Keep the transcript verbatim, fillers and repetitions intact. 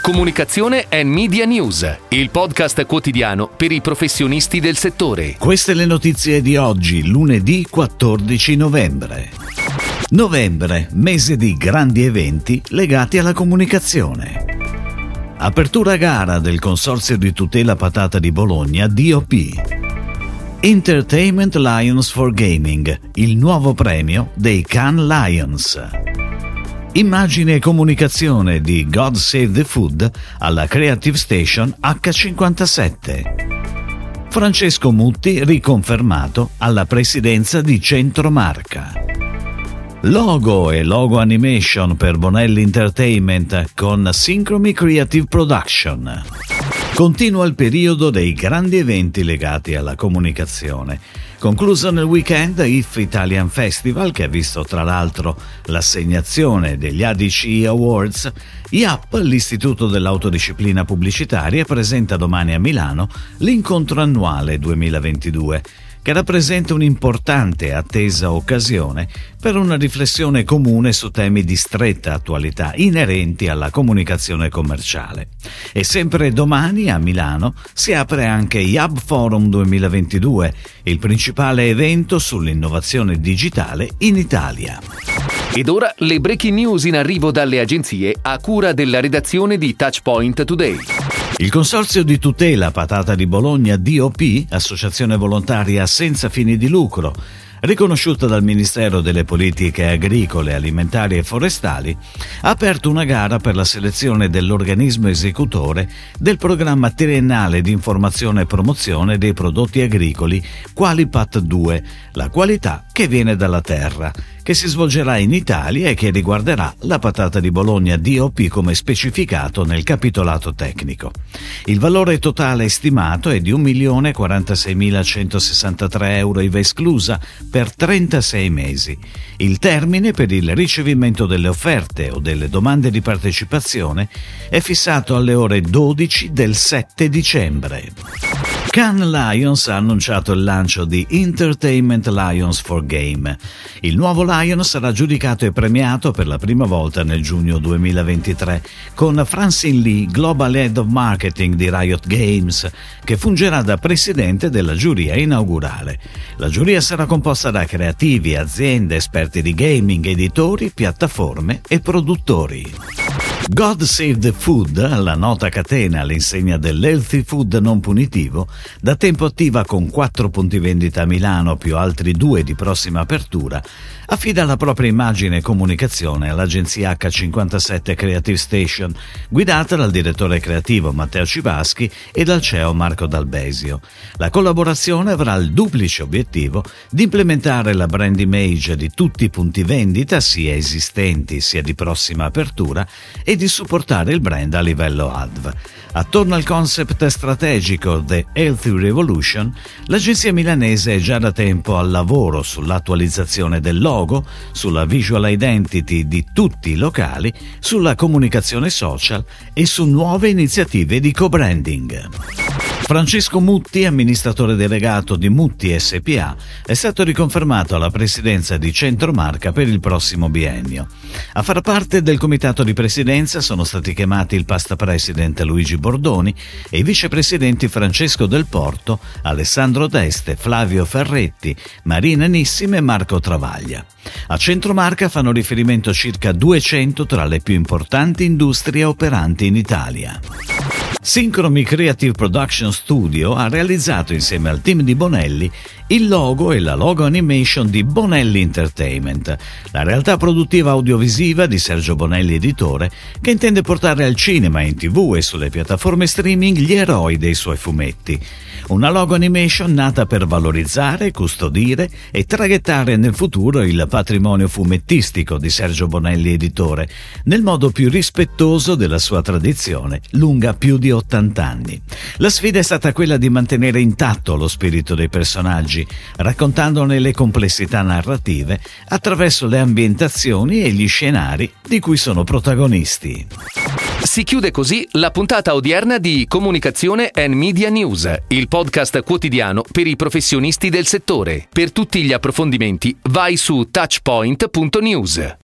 Comunicazione and Media News, il podcast quotidiano per i professionisti del settore. Queste le notizie di oggi, lunedì quattordici novembre. Novembre, mese di grandi eventi legati alla comunicazione. Apertura gara del Consorzio di Tutela Patata di Bologna D O P. Entertainment Lions for Gaming, il nuovo premio dei Cannes Lions. Immagine e comunicazione di God Save the Food alla Creative Station acca cinquantasette. Francesco Mutti riconfermato alla presidenza di Centromarca. Logo e logo animation per Bonelli Entertainment con Synchrony Creative Production. Continua il periodo dei grandi eventi legati alla comunicazione. Concluso nel weekend I F Italian Festival, che ha visto tra l'altro l'assegnazione degli A D C Awards, I A P, l'Istituto dell'Autodisciplina Pubblicitaria, presenta domani a Milano l'incontro annuale duemilaventidue, che rappresenta un'importante e attesa occasione per una riflessione comune su temi di stretta attualità inerenti alla comunicazione commerciale. E sempre domani a Milano si apre anche I A B Forum duemilaventidue, il principale evento sull'innovazione digitale in Italia. Ed ora le breaking news in arrivo dalle agenzie a cura della redazione di Touchpoint Today. Il Consorzio di Tutela Patata di Bologna D O P, associazione volontaria senza fini di lucro, riconosciuta dal Ministero delle Politiche Agricole, Alimentari e Forestali, ha aperto una gara per la selezione dell'organismo esecutore del programma triennale di informazione e promozione dei prodotti agricoli Qualipat due, la qualità che viene dalla terra, che si svolgerà in Italia e che riguarderà la patata di Bologna D O P come specificato nel capitolato tecnico. Il valore totale stimato è di un milione quarantaseimilacentosessantatré euro I V A esclusa per trentasei mesi. Il termine per il ricevimento delle offerte o delle domande di partecipazione è fissato alle ore dodici del sette dicembre. Cannes Lions ha annunciato il lancio di Entertainment Lions for Game. Il nuovo Lion sarà giudicato e premiato per la prima volta nel giugno duemilaventitré con Francine Lee, Global Head of Marketing di Riot Games, che fungerà da presidente della giuria inaugurale. La giuria sarà composta da creativi, aziende, esperti di gaming, editori, piattaforme e produttori. God Save the Food, la nota catena all'insegna dell'healthy food non punitivo, da tempo attiva con quattro punti vendita a Milano più altri due di prossima apertura, affida la propria immagine e comunicazione all'agenzia acca cinquantasette Creative Station, guidata dal direttore creativo Matteo Civaschi e dal C E O Marco D'Albesio. La collaborazione avrà il duplice obiettivo di implementare la brand image di tutti i punti vendita, sia esistenti sia di prossima apertura, e di supportare il brand a livello A D V. Attorno al concept strategico The Healthy Revolution, l'agenzia milanese è già da tempo al lavoro sull'attualizzazione del logo, sulla visual identity di tutti i locali, sulla comunicazione social e su nuove iniziative di co-branding. Francesco Mutti, amministratore delegato di Mutti S P A, è stato riconfermato alla presidenza di Centromarca per il prossimo biennio. A far parte del comitato di presidenza sono stati chiamati il past president Luigi Bordoni e i vicepresidenti Francesco Del Porto, Alessandro Teste, Flavio Ferretti, Marina Nissime e Marco Travaglia. A Centromarca fanno riferimento circa duecento tra le più importanti industrie operanti in Italia. Synchrony Creative Production Studio ha realizzato insieme al team di Bonelli il logo e la logo animation di Bonelli Entertainment, la realtà produttiva audiovisiva di Sergio Bonelli editore, che intende portare al cinema, in tv e sulle piattaforme streaming gli eroi dei suoi fumetti. Una logo animation nata per valorizzare, custodire e traghettare nel futuro il patrimonio fumettistico di Sergio Bonelli editore, nel modo più rispettoso della sua tradizione, lunga più di ottanta anni. La sfida è stata quella di mantenere intatto lo spirito dei personaggi, raccontandone le complessità narrative attraverso le ambientazioni e gli scenari di cui sono protagonisti. Si chiude così la puntata odierna di Comunicazione and Media News, il podcast quotidiano per i professionisti del settore. Per tutti gli approfondimenti vai su touchpoint punto news.